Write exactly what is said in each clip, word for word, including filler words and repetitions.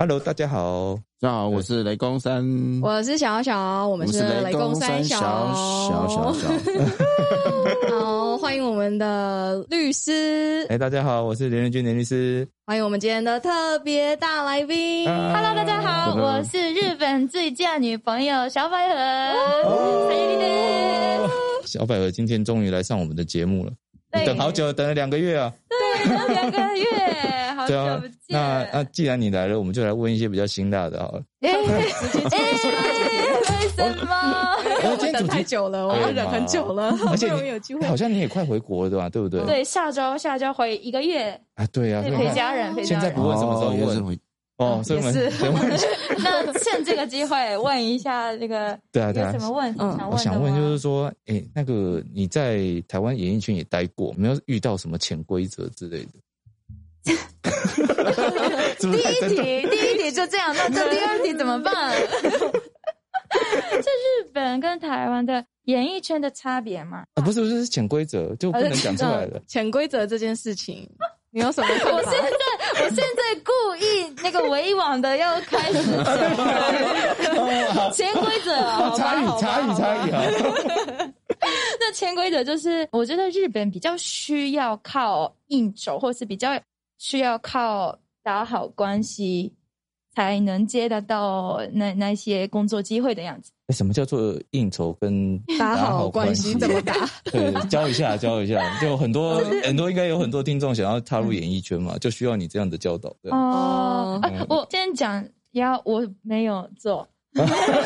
Hello， 大家好， 大家好，我是雷公三， 我是小小，我们是雷公三小小小小。 好，欢迎我们的律师。 哎，大家好，我是连仁君连律师。 欢迎我们今天的特别大来宾。 啊、Hello， 大家好，我是日本最佳女朋友小百合。 哦、小百合今天终于来上我们的节目了，等好久，等了两个月啊。 对，等了两个月。好久不见。 那那既然你来了，我们就来问一些比较辛辣的好了。 哎、欸，为什么？ 我们等太久了，我们忍很久了，好不容易有机会。 好像你也快回国了，对吧？对不对？ 对，下周下周回一个月啊，对啊， 陪家人，陪家人。 现在不问什么时候问。哦，所以我们先问一下。 那趁这个机会问一下这个， 对啊，对啊， 有什么问题想问的吗？ 我想问就是说，哎，那个你在台湾演艺圈也待过，没有遇到什么潜规则之类的？ 第一题，第一题就这样，那这第二题怎么办？这日本跟台湾的演艺圈的差别嘛？ 啊，不是不是，是潜规则，就不能讲出来了。 潜规则这件事情，你有什么看法？ 我现在，我现在故意那个委婉的要开始讲潜规则啊， 差异差异差异啊。 那潜规则就是，我觉得日本比较需要靠应酬，或是比较需要靠打好关系，才能接得到那那些工作机会的样子。 什么叫做应酬跟打好关系？怎么打？ 对，教一下，教一下。就很多很多，应该有很多听众想要踏入演艺圈嘛，就需要你这样的教导。对哦、嗯啊，我先讲，要我没有做，没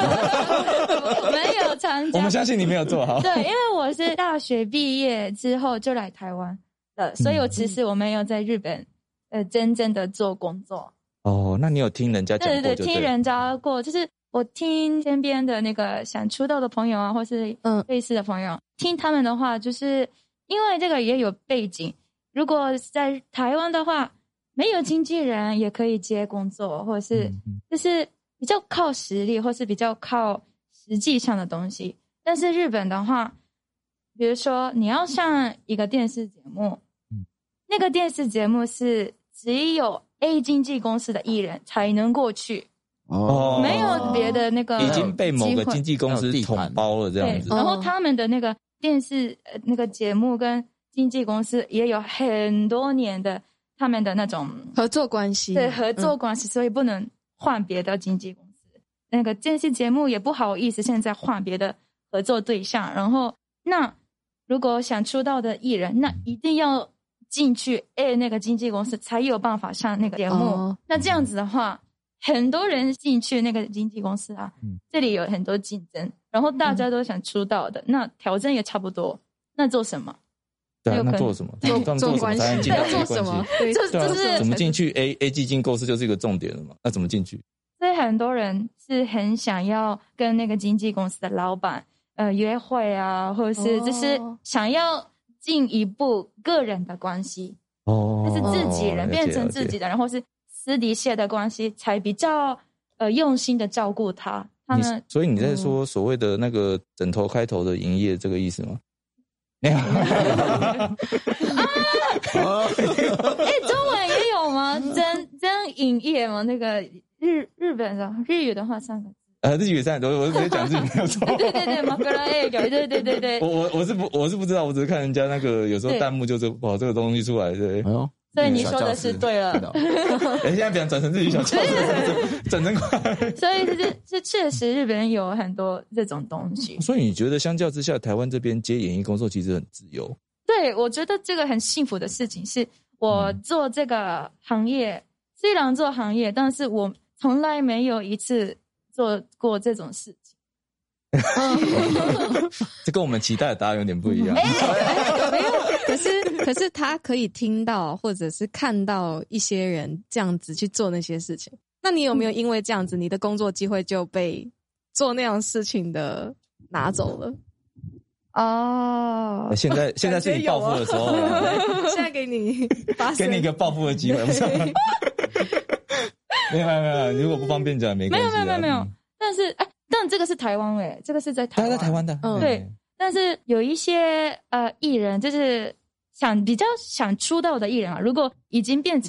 有参加。 我们相信你没有做好。 对，因为我是大学毕业之后就来台湾的，所以我其实我没有在日本呃真正的做工作。 哦，那你有听人家讲过就对了？ 对对对，听人家过，就是我听身边的那个想出道的朋友啊，或是嗯类似的朋友，嗯、听他们的话，就是因为这个也有背景。如果在台湾的话，没有经纪人也可以接工作，或者是就是比较靠实力，或是比较靠实际上的东西。但是日本的话，比如说你要上一个电视节目，嗯、那个电视节目是只有 A 经纪公司的艺人才能过去。哦，没有别的那个已经被某个经纪公司统包了这样子。 然后他们的那个电视呃那个节目跟经纪公司也有很多年的他们的那种合作关系， 对合作关系，嗯、所以不能换别的经纪公司。那个电视节目也不好意思现在换别的合作对象。然后那如果想出道的艺人，那一定要进去 A 那个经纪公司才有办法上那个节目。哦、那这样子的话，很多人进去那个经纪公司啊，嗯、这里有很多竞争，然后大家都想出道的，嗯、那条件也差不多，那做什么？ 对啊，那做什么？做做关系， 做什么？ 对，就就是怎么进去 A A 基金公司就是一个重点了嘛？那怎么进去？ 所以很多人是很想要跟那个经纪公司的老板呃约会啊，或者是就是想要进一步个人的关系哦，就是自己人变成自己的人，或是私底下的关系才比较呃用心的照顾他。他们所以你在说所谓的那个枕头开头的营业这个意思吗？没有啊！ 哎，中文也有吗？真真营业吗？那个日日本的日语的话三个字。 呃，日语三个字，我直接讲日语没有错。 对对对，马格拉営業，对对对对。 我我我是不我是不知道，我只是看人家那个有时候弹幕就是跑这个东西出来，对。哎呦。 所以你说的是对了。 哎，现在变成转成日语小教室，整成快。 所以这这确实日本有很多这种东西。 所以你觉得相较之下，台湾这边接演艺工作其实很自由？ 对，我觉得这个很幸福的事情是，我做这个行业，嗯、虽然做行业，但是我从来没有一次做过这种事情。 这跟我们期待的答案有点不一样。 没有，可是可是他可以听到或者是看到一些人这样子去做那些事情。那你有没有因为这样子，你的工作机会就被做那样事情的拿走了？ 哦， 现在现在是你报复的时候， 现在给你给你一个报复的机会。没有没有没有，如果不方便讲没关系。 没有没有没有没有，但是哎。但这个是台湾诶，这个是在台湾， 在台湾的， 嗯，对。但是有一些呃艺人，就是想比较想出道的艺人啊，如果已经变成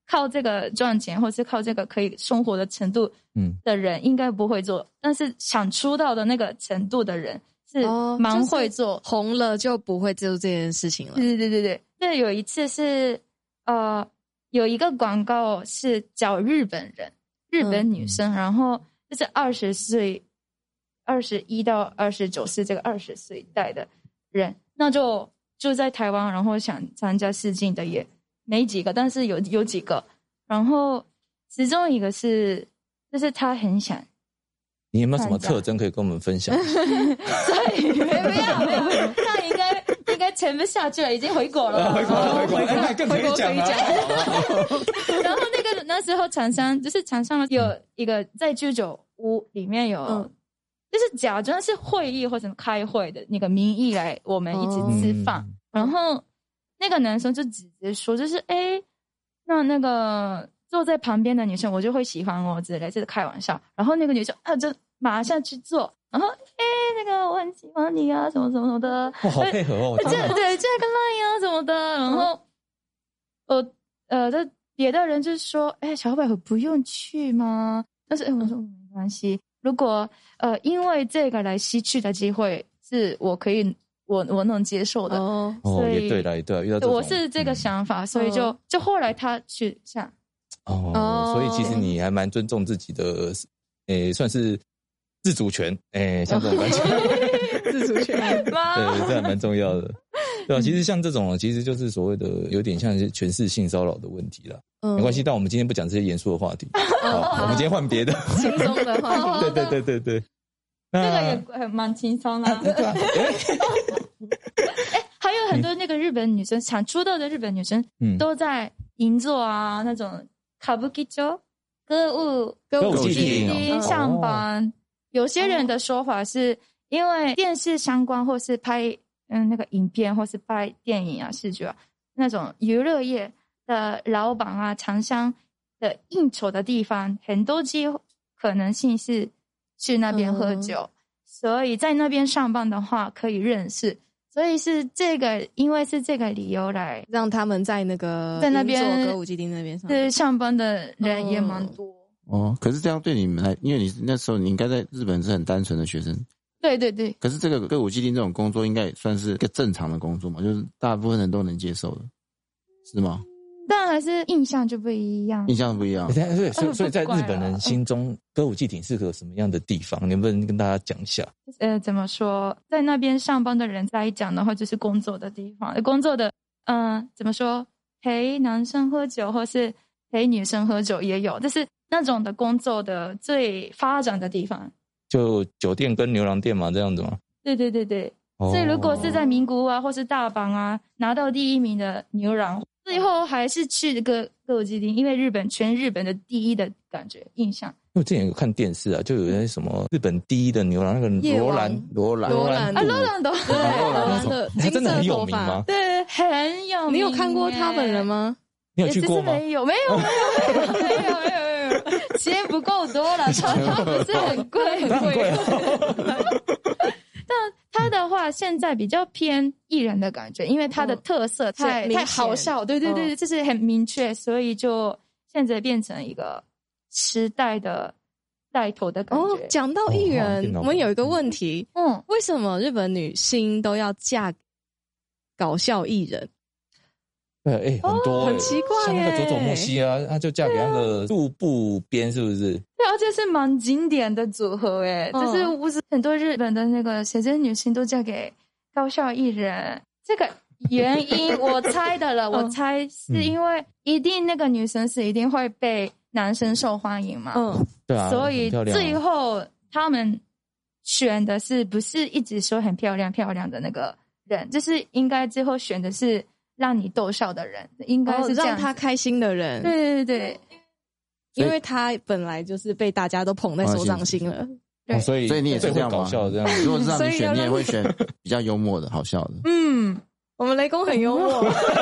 靠这个赚钱，或是靠这个可以生活的程度的人，应该不会做。但是想出道的那个程度的人是蛮会做， 哦就是、红了就不会做这件事情了。 对对对对对。那有一次是呃，有一个广告是找日本人，日本女生，嗯、然后就是二十岁。二十一到二十九是这个二十岁代的人，那就就在台湾，然后想参加试镜的也没几个，但是有有几个，然后其中一个是，就是他很想。 你有没有什么特征可以跟我们分享？ 所以没有没有没有，他应该应该沉不下去了，已经回国了， 回国了回国了，更可以讲了。 然后那个那时候厂商就是厂商有一个在居酒屋里面有。嗯就是假装是会议或者开会的那个名义来我们一起吃饭，嗯、然后那个男生就直接说，就是哎，那那个坐在旁边的女生我就会喜欢我之类，就是开玩笑。然后那个女生啊就马上去做，然后哎那个我很喜欢你啊什么什么的， 哇好配合哦， 这对这个 line 啊什么的。然后我呃这别的人就说哎小百合不用去吗？但是哎我说没关系。如果呃因为这个来失去的机会是我可以我我能接受的哦，所以也对了也对了，遇到这种我是这个想法，嗯、所以就就后来他去下哦，哦所以其实你还蛮尊重自己的，诶算是自主权，诶像这种感觉， 自主权， 对，这还蛮重要的。对啊，其实像这种其实就是所谓的有点像是权势性骚扰的问题啦。嗯，没关系，但我们今天不讲这些严肃的话题，好，我们今天换别的轻松的话题。对对对对对， 这个也蛮轻松的。对啊，哎，还有很多那个日本女生，想出道的日本女生，都在银座啊那种歌舞伎町、歌舞歌舞伎町上班。有些人的说法是因为电视相关或是拍嗯那个影片或是拍电影啊视觉啊那种娱乐业的老板啊厂商的应酬的地方，很多机可能性是去那边喝酒，嗯、所以在那边上班的话可以认识，所以是这个因为是这个理由来让他们在那个在那边歌舞伎町那边上班， 对上班的人也蛮多。 哦，可是这样对你们来，因为你那时候你应该在日本是很单纯的学生。 对对对。 可是这个歌舞伎町这种工作应该也算是一个正常的工作嘛，就是大部分人都能接受的，是吗？ 但还是印象就不一样， 印象不一样。 所以，所以，所以在日本人心中，歌舞伎町是个什么样的地方？你能不能跟大家讲一下？ 呃，怎么说？在那边上班的人来讲的话，就是工作的地方。工作的，嗯、呃，怎么说？陪男生喝酒，或是陪女生喝酒也有，就是那种的工作的最发展的地方。 就酒店跟牛郎店嘛，这样子吗？ 对对对对。哦、所以，如果是在名古屋啊，或是大阪啊，拿到第一名的牛郎。最后还是去这个歌舞伎町，因为日本全日本的第一的感觉印象。 因为之前有看电视啊，就有那什么日本第一的牛郎，那个罗兰罗兰罗兰啊，罗兰的罗兰的金色头发， 他真的很有名吗？ 对，很有名。 你有看过他本人吗？ 你有去过吗？ 没有，没有，没有，没有，没有，没有，钱不够多了，他不是很贵， 很贵。 但他的话现在比较偏艺人的感觉，因为他的特色太、哦、太好笑，对对对，这、哦、是很明确，所以就现在变成一个时代的带头的感觉。 哦，讲到艺人、哦，我们有一个问题，嗯，为什么日本女星都要嫁搞笑艺人？ 对，哎、欸，很多、欸哦，很奇怪、欸， 像那个佐佐木希啊，她就嫁给那个渡部边，是不是？ 对，而且是蛮经典的组合、欸，哎、嗯，就是不是很多日本的那个写真女星都嫁给搞笑艺人，这个原因我猜的了，我猜是因为一定那个女生是一定会被男生受欢迎嘛， 嗯， 对啊， 所以最后他们选的是不是一直说很漂亮漂亮的那个人，就是应该最后选的是让你逗笑的人，应该是这样、 哦、让他开心的人。 对对对， 因为他本来就是被大家都捧在手掌心了。对、 哦，所以所以你也是这样吗？ 搞笑这样。 如果是让你选，你也会选比较幽默的、好笑的。 嗯，我们雷公很幽默。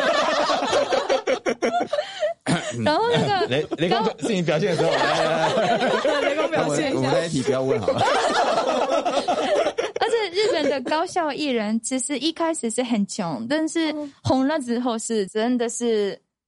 然后那个雷雷公是你表现的时候，来来来， 雷公表现一下。 我们那一题不要问好了。 而且日本的高校艺人其实一开始是很穷，但是红了之后是真的是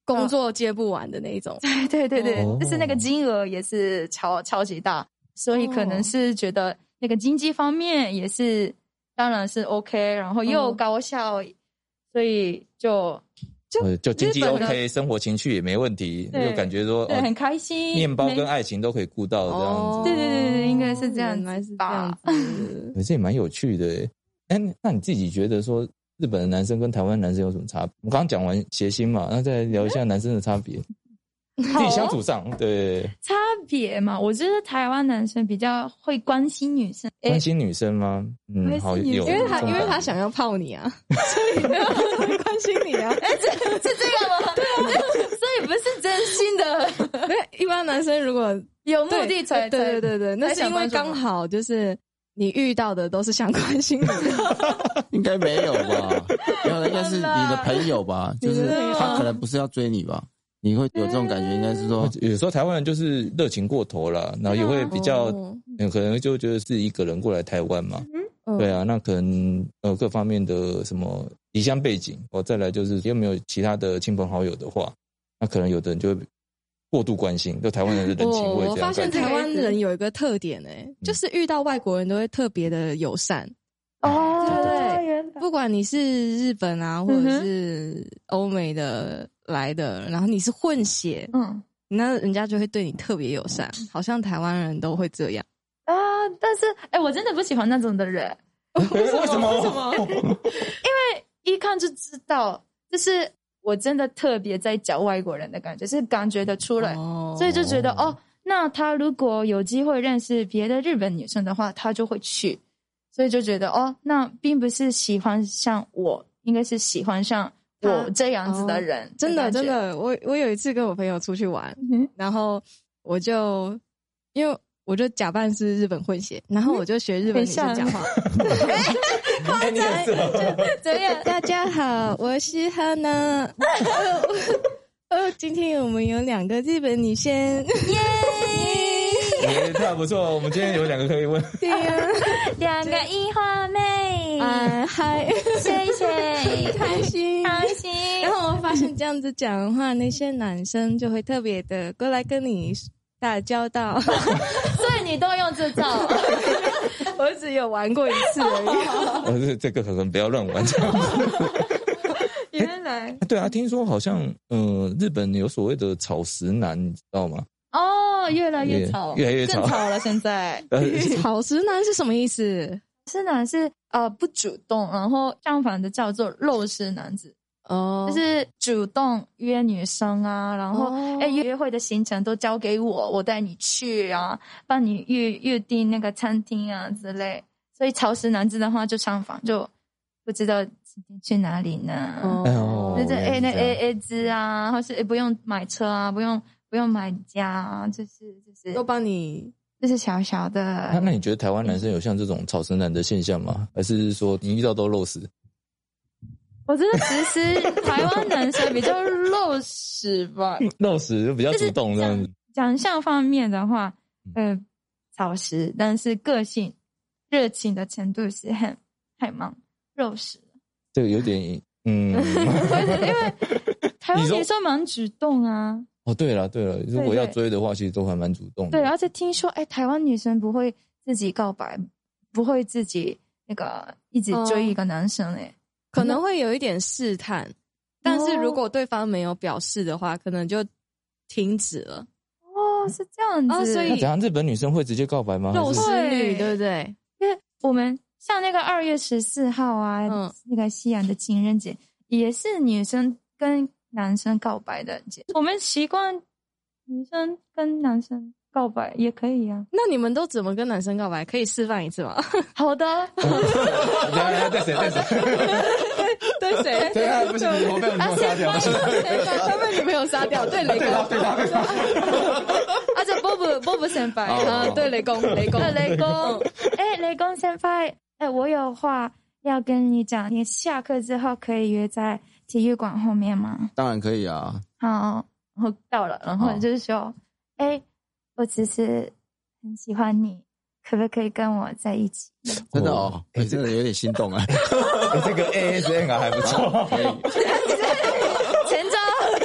工作接不完的那一种。 对对对对， 哦就是那个金额也是超超级大，所以可能是觉得那个经济方面也是，当然是 OK， 然后又高效，哦、所以就就就经济 OK， 生活情趣也没问题，又感觉说对、 哦、 很开心， 面包跟爱情都可以顾到这样子。 哦、 对对对对，应该是这样子吧， 原来是这样子， 这也蛮有趣的耶。哎，那你自己觉得说日本的男生跟台湾男生有什么差别？我刚刚讲完谐星嘛，那再聊一下男生的差别。自己相处上，对差别嘛，我觉得台湾男生比较会关心女生， 关心女生吗？嗯，好有， 因为他因为他想要泡你啊，所以会关心你啊。 哎，是是这样吗？对啊，所以不是真心的。 对，一般男生如果有目的才对对对对，那是因为刚好就是你遇到的都是想关心你的， 应该没有吧？没有，应该是你的朋友吧？就是他可能不是要追你吧？你会有这种感觉，应该是说， 有时候台湾人就是热情过头了，然后也会比较， 哦、 可能就觉得是一个人过来台湾嘛，嗯、对啊，那可能呃各方面的什么离乡背景，哦，再来就是又没有其他的亲朋好友的话，那可能有的人就会过度关心，就台湾人的人情味这样。 我发现台湾人有一个特点诶、欸，就是遇到外国人都会特别的友善。 哦， 对对对，不管你是日本啊，或者是欧美的来的，然后你是混血，嗯，那人家就会对你特别友善，好像台湾人都会这样啊。但是，哎、欸，我真的不喜欢那种的人。 为什么？为什么？ 因为一看就知道，就是我真的特别在找外国人的感觉，是感觉得出来，哦、所以就觉得哦，那他如果有机会认识别的日本女生的话，他就会去。所以就觉得哦，那并不是喜欢像我，应该是喜欢上我这样子的人。 哦、真的真的，我我有一次跟我朋友出去玩，嗯、然后我就因为我就假扮是日本混血，然后我就学日本女生讲话。 哎，你很色。 怎么样？大家好，我是哈娜。哦，今天我们有两个日本女生，耶！ 也太不错，我们今天有两个可以问。 对呀、啊， 两个樱花妹啊，嗨， 谢谢， 开心开心。 然后我发现这样子讲的话，那些男生就会特别的过来跟你打交道， 所以你都用这招。 我只有玩过一次而已。这这个可能不要乱玩这样子。 原来、 欸、对啊，听说好像呃，日本有所谓的草食男，你知道吗？ 哦，越来越吵， 越来越吵， 更吵了。现在草食男是什么意思？ 草食男是呃不主动，然后相反的叫做肉食男子。哦，就是主动约女生啊，然后哎、哦、约会的行程都交给我，我带你去啊，帮你预预定那个餐厅啊之类。所以草食男子的话就相反，就不知道今天去哪里呢？哦，就是哎那 A A 制啊，或是哎不用买车啊，不用。不用买家啊，就是就是都帮你， 就是小小的。 那那你觉得台湾男生有像这种草食男的现象吗？还是说你遇到都肉食？ 我觉得其实台湾男生比较肉食吧， 肉食就比较主动这样子。 长相方面的话，呃，草食，但是个性、热情的程度是很太忙肉食。 这个有点嗯， 因为台湾女生蛮主动啊。 哦，对了对了，如果要追的话，其实都还蛮主动的。 对，而且听说，哎，台湾女生不会自己告白，不会自己那个一直追一个男生，哎、哦， 可能会有一点试探，但是如果对方没有表示的话，可能就停止了。 哦，是这样子。 哦、所以那怎样？日本女生会直接告白吗？ 肉食女，对不对？ 因为我们像那个二月十四号啊，嗯、那个西洋的情人节，也是女生跟男生告白的节，我们习惯女生跟男生告白也可以啊。 那你们都怎么跟男生告白？可以示范一次吗？ 好的。 对谁？对谁？ 对谁？ 对啊，不行，我被我女朋友杀掉。 他被女朋友杀掉，对雷公。 对他，对他。 啊，这波波波波先輩啊，对雷公，雷公， 雷公。哎，雷公先輩，哎，我有话要跟你讲，你下课之后可以约在体育馆后面吗？ 当然可以啊。 好，然后到了，然后就是说，哎、欸，我只是很喜欢你，可不可以跟我在一起？ 真的哦，哎、欸，真的有点心动啊。 欸、这个 A S M R 还不错。 前招，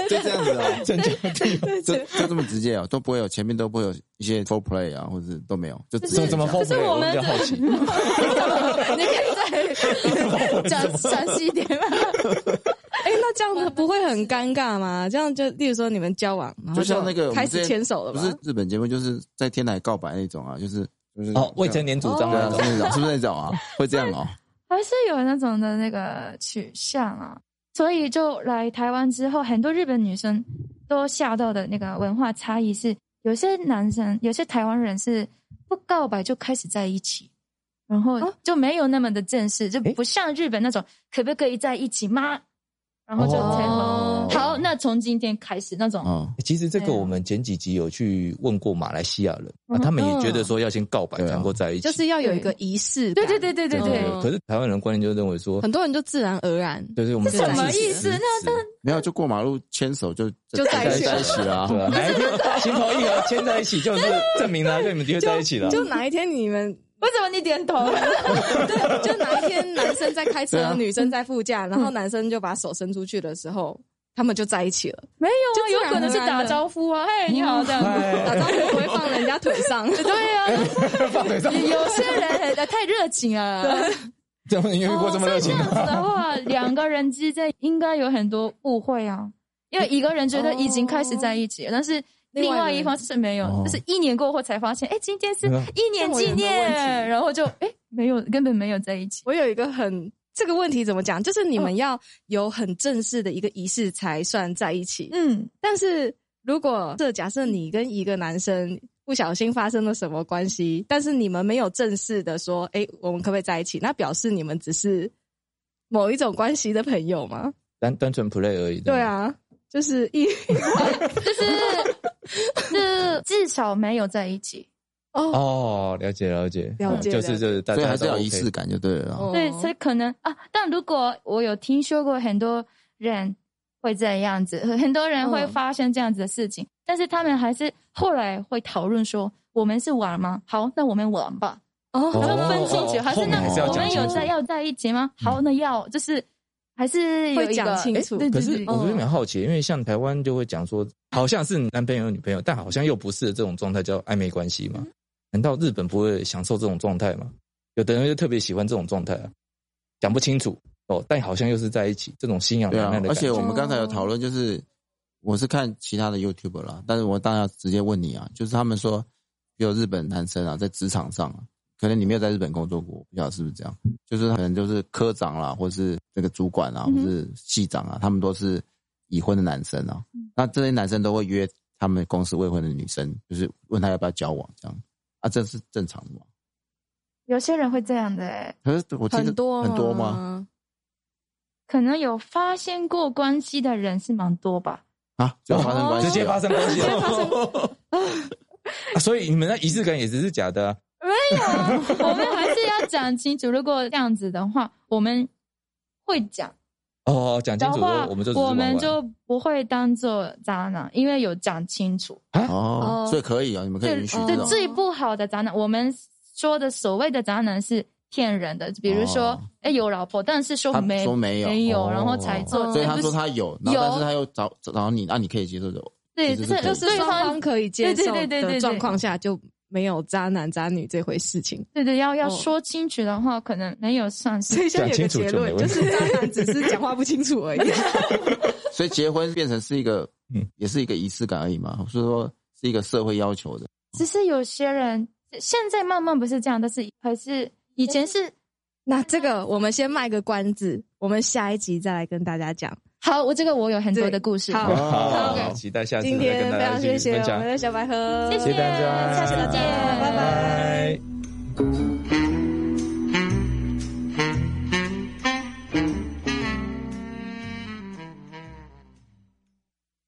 就这样子哦， 正交替， 就就这么直接哦，都不会有前面都不会有一些 foreplay 啊，或者都没有，就直接怎么 foreplay？ 我比较好奇， 你可以再讲详细一点吗？ 哎、欸，那这样子不会很尴尬吗？这样就，例如说你们交往，然后就像那个开始牵手了吧？ 不是日本节目，就是在天台告白那种啊，就是就是哦，未成年主张那种， 是那种，是不是那种啊？会这样哦？ 还是有那种的那个取向啊，所以就来台湾之后，很多日本女生都吓到的那个文化差异是，有些男生，有些台湾人是不告白就开始在一起。然后就没有那么的正式，就不像日本那种可不可以在一起吗？然后就结婚。哦、好，那从今天开始那种。 哦，其实这个我们前几集有去问过马来西亚人，嗯啊、他们也觉得说要先告白才能够在一起， 就是要有一个仪式感。对对对对对对。 可是台湾人的观念就认为说， 很多人就自然而然。 就是我们是什么意思？那那没有就过马路牵手就就在一起在一起了、啊。 对啊，哪一天情投意合牵在一起，就是证明了跟你们的确在一起了。 就哪一天你们。 为什么你点头？ 对，就哪一天男生在开车，啊、女生在副驾，然后男生就把手伸出去的时候，他们就在一起了。 没有啊，有可能是打招呼啊，嘿，你好这样子， 打招呼不会放人家腿上。 对啊， 放腿上。 有些人太热情了。对， 怎么你遇过这么热情的？ 哦、这样子的话，两个人之间应该有很多误会啊，因为一个人觉得已经开始在一起了，但是。另外一方是没有，哦、就是一年过后才发现，哎、欸，今天是一年纪念，然后就哎、欸、没有，根本没有在一起。 我有一个很这个问题怎么讲，就是你们要有很正式的一个仪式才算在一起。嗯，但是如果这假设你跟一个男生不小心发生了什么关系，但是你们没有正式的说，哎、欸，我们可不可以在一起？那表示你们只是某一种关系的朋友吗？ 单单纯 play 而已。 对啊，就是一就是。是至少没有在一起哦哦，了解了解了解， 就是就是大家， 所以还是要仪式感就对了。 哦、对，所以可能啊，但如果我有听说过很多人会这样子，很多人会发生这样子的事情，嗯、但是他们还是后来会讨论说，我们是玩吗？好，那我们玩吧。哦，他们分清楚，还是那我们有在要在一起吗？好，那要就是。还是有会讲清楚， 欸、可是我有点好奇，因为像台湾就会讲说，好像是男朋友女朋友，但好像又不是的这种状态叫暧昧关系嘛？难道日本不会享受这种状态吗？有的人就特别喜欢这种状态啊，讲不清楚哦，但好像又是在一起，这种心痒痒的感觉。 而且我们刚才有讨论，就是我是看其他的 YouTuber 啦，但是我当然要直接问你啊，就是他们说有日本男生啊，在职场上啊。可能你没有在日本工作过，不知道是不是这样？就是可能就是科长啦，或是这个主管啊，或是系长啊，他们都是已婚的男生啊。嗯、那这些男生都会约他们公司未婚的女生，就是问他要不要交往这样。啊，这是正常的吗？ 有些人会这样的、欸， 可是我记得很多很多吗？ 可能有发现过关系的人是蛮多吧。 啊，就发生关系、 哦，直接发生关系了。啊，所以你们的仪式感也只是假的啊。 没有，我们还是要讲清楚。如果这样子的话，我们会讲。 哦，讲清楚，我们就我们就不会当做渣男，因为有讲清楚。 哦，所以可以啊，你们可以允许。 对，最不好的渣男，我们说的所谓的渣男是骗人的，比如说，哎、哦，有老婆，但是说没说没有， 没有，然后才做。 所以他说他有，然后但是他又找找你，那、啊、你可以接受的。 对，就是就是双方可以接受的状况下就。没有渣男渣女这回事情， 对对，要要说清楚的话，哦、可能没有算是。 所以现在有个结论，就, 就是渣男只是讲话不清楚而已。 所以结婚变成是一个，嗯，也是一个仪式感而已嘛，所以说是一个社会要求的。 只是有些人现在慢慢不是这样，但是还是以前是。 那这个我们先卖个关子，我们下一集再来跟大家讲。 好，我这个我有很多的故事。 好， 好，好，期待下次今天非常谢谢我们的小百合， 谢谢大家， 下次再见，拜拜。